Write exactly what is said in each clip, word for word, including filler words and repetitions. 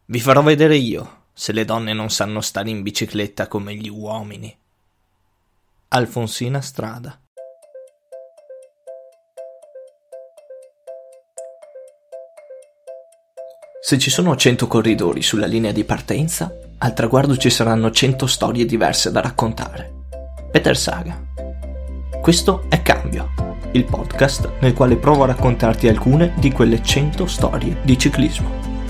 Vi farò vedere io se le donne non sanno stare in bicicletta come gli uomini. Alfonsina Strada. Se ci sono cento corridori sulla linea di partenza, al traguardo ci saranno cento storie diverse da raccontare. Peter Sagan. Questo è Cambio, il podcast nel quale provo a raccontarti alcune di quelle cento storie di ciclismo.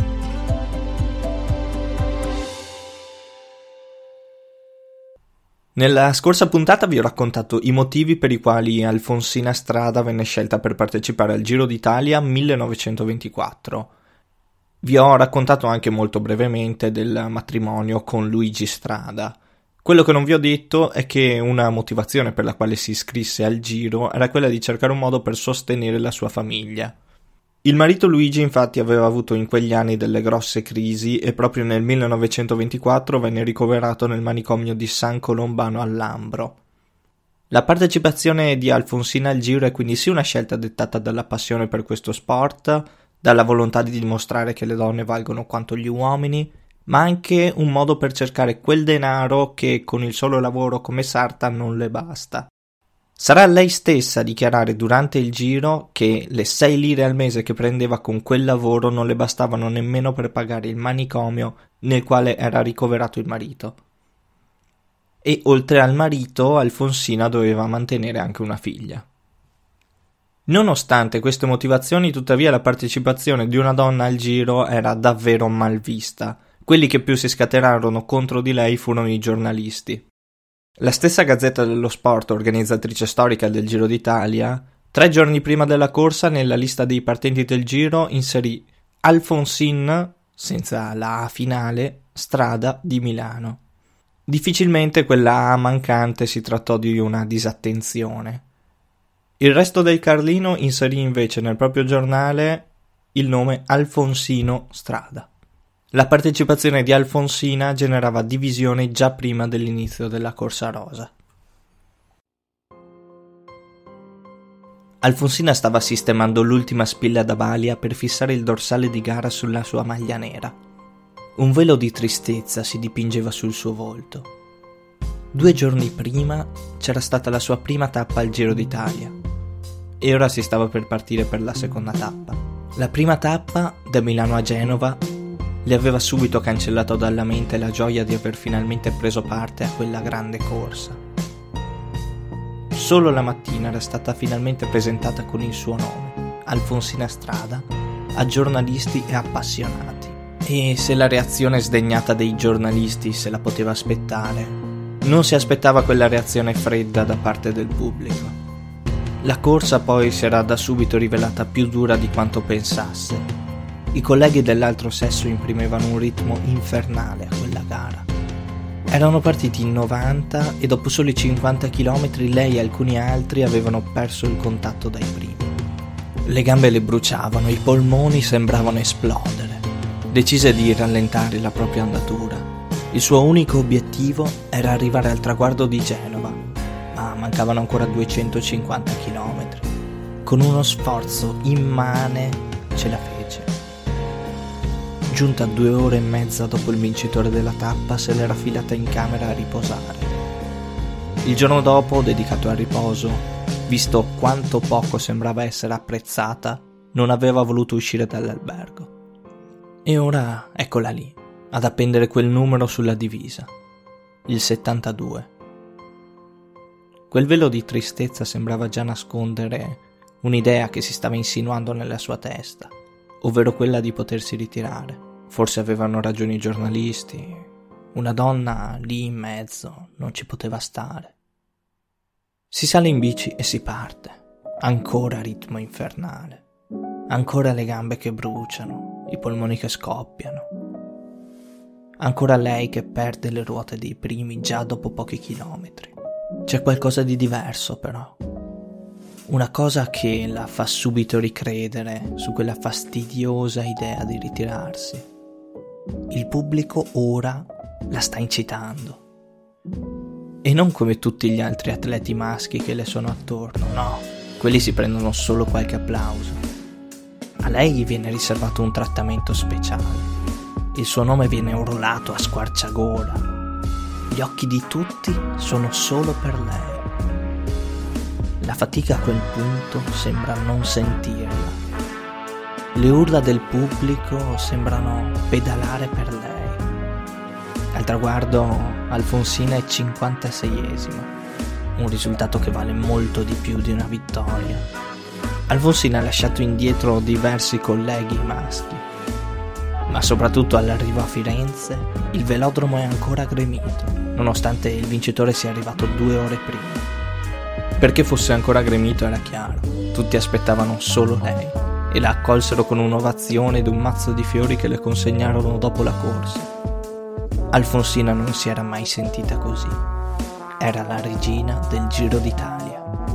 Nella scorsa puntata vi ho raccontato i motivi per i quali Alfonsina Strada venne scelta per partecipare al Giro d'Italia millenovecentoventiquattro. Vi ho raccontato anche molto brevemente del matrimonio con Luigi Strada. Quello che non vi ho detto è che una motivazione per la quale si iscrisse al Giro era quella di cercare un modo per sostenere la sua famiglia. Il marito Luigi infatti aveva avuto in quegli anni delle grosse crisi e proprio nel millenovecentoventiquattro venne ricoverato nel manicomio di San Colombano al Lambro. La partecipazione di Alfonsina al Giro è quindi sì una scelta dettata dalla passione per questo sport, dalla volontà di dimostrare che le donne valgono quanto gli uomini, ma anche un modo per cercare quel denaro che con il solo lavoro come sarta non le basta. Sarà lei stessa a dichiarare durante il Giro che le sei lire al mese che prendeva con quel lavoro non le bastavano nemmeno per pagare il manicomio nel quale era ricoverato il marito. E oltre al marito, Alfonsina doveva mantenere anche una figlia. Nonostante queste motivazioni, tuttavia la partecipazione di una donna al Giro era davvero mal vista. Quelli che più si scatenarono contro di lei furono i giornalisti. La stessa Gazzetta dello Sport, organizzatrice storica del Giro d'Italia, tre giorni prima della corsa nella lista dei partenti del Giro inserì Alfonsina, senza la A finale, Strada di Milano. Difficilmente quella A mancante si trattò di una disattenzione. Il resto del Carlino inserì invece nel proprio giornale il nome Alfonsino Strada. La partecipazione di Alfonsina generava divisione già prima dell'inizio della corsa rosa. Alfonsina stava sistemando l'ultima spilla da balia per fissare il dorsale di gara sulla sua maglia nera. Un velo di tristezza si dipingeva sul suo volto. Due giorni prima c'era stata la sua prima tappa al Giro d'Italia e ora si stava per partire per la seconda tappa. La prima tappa, da Milano a Genova, le aveva subito cancellato dalla mente la gioia di aver finalmente preso parte a quella grande corsa. Solo la mattina era stata finalmente presentata con il suo nome, Alfonsina Strada, a giornalisti e appassionati. E se la reazione sdegnata dei giornalisti se la poteva aspettare, non si aspettava quella reazione fredda da parte del pubblico. La corsa poi si era da subito rivelata più dura di quanto pensasse. I colleghi dell'altro sesso imprimevano un ritmo infernale a quella gara. Erano partiti in novanta e dopo soli cinquanta chilometri lei e alcuni altri avevano perso il contatto dai primi. Le gambe le bruciavano, i polmoni sembravano esplodere. Decise di rallentare la propria andatura. Il suo unico obiettivo era arrivare al traguardo di Genova, ma mancavano ancora duecentocinquanta chilometri. Con uno sforzo immane ce la fece. Giunta due ore e mezza dopo il vincitore della tappa, se l'era filata in camera a riposare. Il giorno dopo, dedicato al riposo, visto quanto poco sembrava essere apprezzata, non aveva voluto uscire dall'albergo. E ora eccola lì, ad appendere quel numero sulla divisa, il settantadue. Quel velo di tristezza sembrava già nascondere un'idea che si stava insinuando nella sua testa, ovvero quella di potersi ritirare. Forse avevano ragione i giornalisti, una donna lì in mezzo non ci poteva stare. Si sale in bici e si parte, ancora ritmo infernale, ancora le gambe che bruciano, i polmoni che scoppiano, ancora lei che perde le ruote dei primi già dopo pochi chilometri. C'è qualcosa di diverso però. Una cosa che la fa subito ricredere su quella fastidiosa idea di ritirarsi. Il pubblico ora la sta incitando. E non come tutti gli altri atleti maschi che le sono attorno, no. Quelli si prendono solo qualche applauso. A lei gli viene riservato un trattamento speciale. Il suo nome viene urlato a squarciagola. Gli occhi di tutti sono solo per lei. La fatica a quel punto sembra non sentirla. Le urla del pubblico sembrano pedalare per lei. Al traguardo Alfonsina è cinquantaseiesima, un risultato che vale molto di più di una vittoria. Alfonsina ha lasciato indietro diversi colleghi maschi, ma soprattutto all'arrivo a Firenze il velodromo è ancora gremito, nonostante il vincitore sia arrivato due ore prima. Perché fosse ancora gremito era chiaro, tutti aspettavano solo lei e la accolsero con un'ovazione ed un mazzo di fiori che le consegnarono dopo la corsa. Alfonsina non si era mai sentita così, era la regina del Giro d'Italia.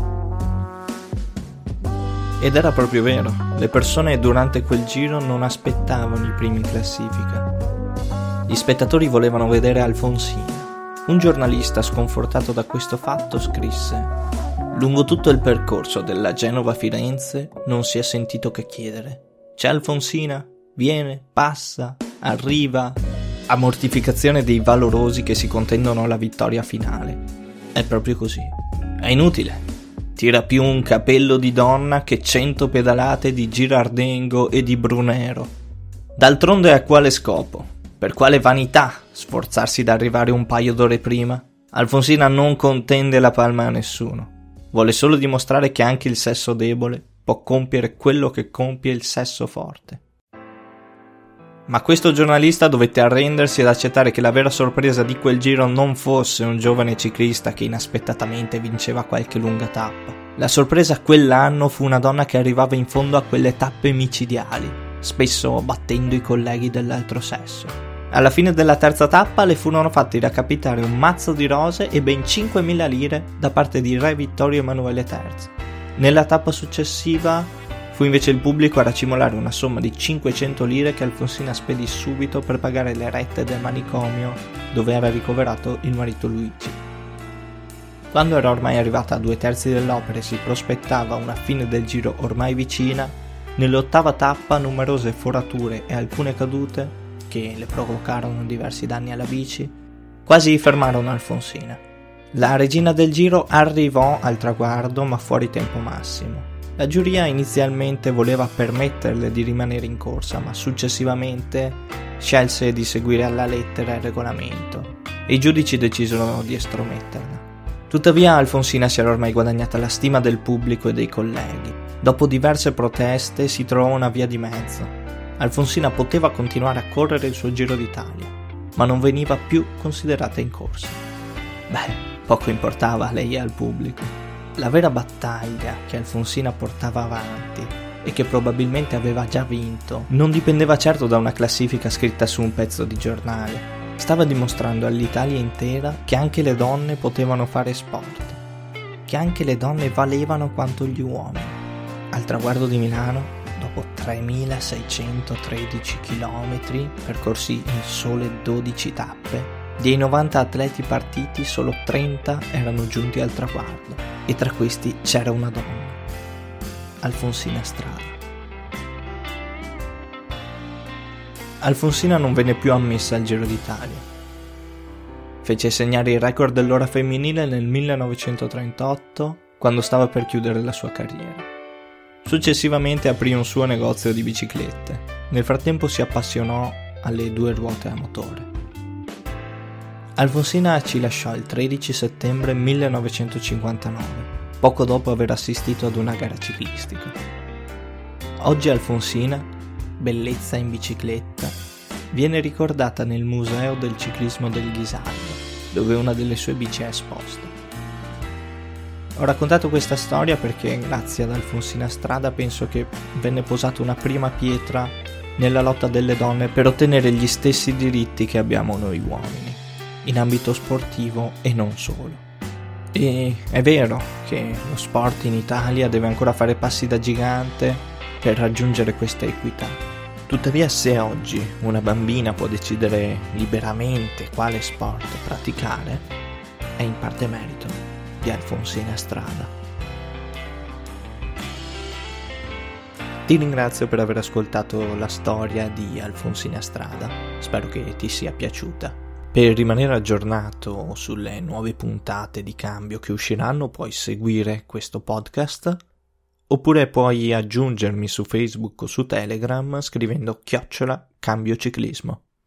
Ed era proprio vero, le persone durante quel giro non aspettavano i primi in classifica. Gli spettatori volevano vedere Alfonsina. Un giornalista sconfortato da questo fatto scrisse: lungo tutto il percorso della Genova-Firenze non si è sentito che chiedere: c'è Alfonsina? Viene, passa, arriva. A mortificazione dei valorosi che si contendono alla vittoria finale. È proprio così. È inutile. Tira più un capello di donna che cento pedalate di Girardengo e di Brunero. D'altronde a quale scopo? Per quale vanità sforzarsi d'arrivare un paio d'ore prima? Alfonsina non contende la palma a nessuno. Vuole solo dimostrare che anche il sesso debole può compiere quello che compie il sesso forte. Ma questo giornalista dovette arrendersi ed accettare che la vera sorpresa di quel giro non fosse un giovane ciclista che inaspettatamente vinceva qualche lunga tappa. La sorpresa quell'anno fu una donna che arrivava in fondo a quelle tappe micidiali, spesso battendo i colleghi dell'altro sesso. Alla fine della terza tappa le furono fatti recapitare un mazzo di rose e ben cinquemila lire da parte di re Vittorio Emanuele terzo. Nella tappa successiva fu invece il pubblico a racimolare una somma di cinquecento lire che Alfonsina spedì subito per pagare le rette del manicomio dove era ricoverato il marito Luigi. Quando era ormai arrivata a due terzi dell'opera e si prospettava una fine del giro ormai vicina, nell'ottava tappa numerose forature e alcune cadute, che le provocarono diversi danni alla bici, quasi fermarono Alfonsina. La regina del giro arrivò al traguardo ma fuori tempo massimo. La giuria inizialmente voleva permetterle di rimanere in corsa, ma successivamente scelse di seguire alla lettera il regolamento e i giudici decisero di estrometterla. Tuttavia Alfonsina si era ormai guadagnata la stima del pubblico e dei colleghi. Dopo diverse proteste si trovò una via di mezzo. Alfonsina poteva continuare a correre il suo Giro d'Italia, ma non veniva più considerata in corsa. Beh, poco importava a lei e al pubblico. La vera battaglia che Alfonsina portava avanti e che probabilmente aveva già vinto non dipendeva certo da una classifica scritta su un pezzo di giornale. Stava dimostrando all'Italia intera che anche le donne potevano fare sport, che anche le donne valevano quanto gli uomini. Al traguardo di Milano, dopo tremilaseicentotredici chilometri percorsi in sole dodici tappe, dei novanta atleti partiti solo trenta erano giunti al traguardo e tra questi c'era una donna, Alfonsina Strada. Alfonsina non venne più ammessa al Giro d'Italia. Fece segnare il record dell'ora femminile nel millenovecentotrentotto, quando stava per chiudere la sua carriera. Successivamente aprì un suo negozio di biciclette. Nel frattempo si appassionò alle due ruote a motore. Alfonsina ci lasciò il tredici settembre millenovecentocinquantanove, poco dopo aver assistito ad una gara ciclistica. Oggi Alfonsina, bellezza in bicicletta, viene ricordata nel Museo del Ciclismo del Ghisallo, dove una delle sue bici è esposta. Ho raccontato questa storia perché grazie ad Alfonsina Strada penso che venne posata una prima pietra nella lotta delle donne per ottenere gli stessi diritti che abbiamo noi uomini, in ambito sportivo e non solo. E è vero che lo sport in Italia deve ancora fare passi da gigante per raggiungere questa equità. Tuttavia, se oggi una bambina può decidere liberamente quale sport praticare, è in parte merito di Alfonsina Strada. Ti ringrazio per aver ascoltato la storia di Alfonsina Strada, spero che ti sia piaciuta. Per rimanere aggiornato sulle nuove puntate di Cambio che usciranno puoi seguire questo podcast oppure puoi aggiungermi su Facebook o su Telegram scrivendo chiocciola Cambio Ciclismo.